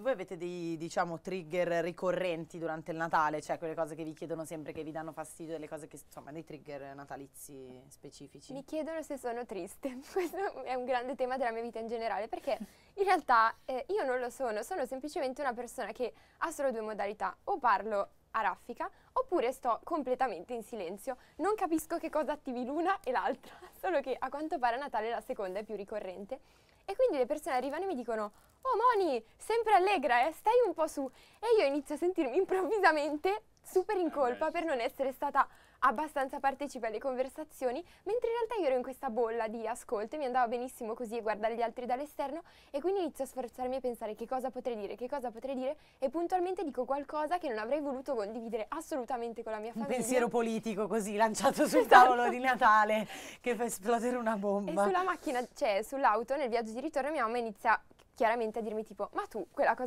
voi avete dei, diciamo, trigger ricorrenti durante il Natale? Cioè quelle cose che vi chiedono sempre, che vi danno fastidio, delle cose che, insomma, dei trigger natalizi specifici? Mi chiedono se sono triste. Questo è un grande tema della mia vita in generale, perché in realtà io non lo sono semplicemente una persona che ha solo due modalità: o parlo a raffica oppure sto completamente in silenzio. Non capisco che cosa attivi l'una e l'altra, solo che a quanto pare a Natale la seconda è più ricorrente. E quindi le persone arrivano e mi dicono: "Oh Moni, sempre allegra, stai un po' su". E io inizio a sentirmi improvvisamente super in colpa per non essere stata abbastanza partecipe alle conversazioni, mentre in realtà io ero in questa bolla di ascolto e mi andava benissimo così a guardare gli altri dall'esterno, e quindi inizio a sforzarmi a pensare che cosa potrei dire, e puntualmente dico qualcosa che non avrei voluto condividere assolutamente con la mia Un famiglia. pensiero politico così lanciato sul tavolo di Natale che fa esplodere una E bomba. sulla macchina, cioè sull'auto, nel viaggio di ritorno, mia mamma inizia chiaramente a dirmi tipo: "Ma tu quella cosa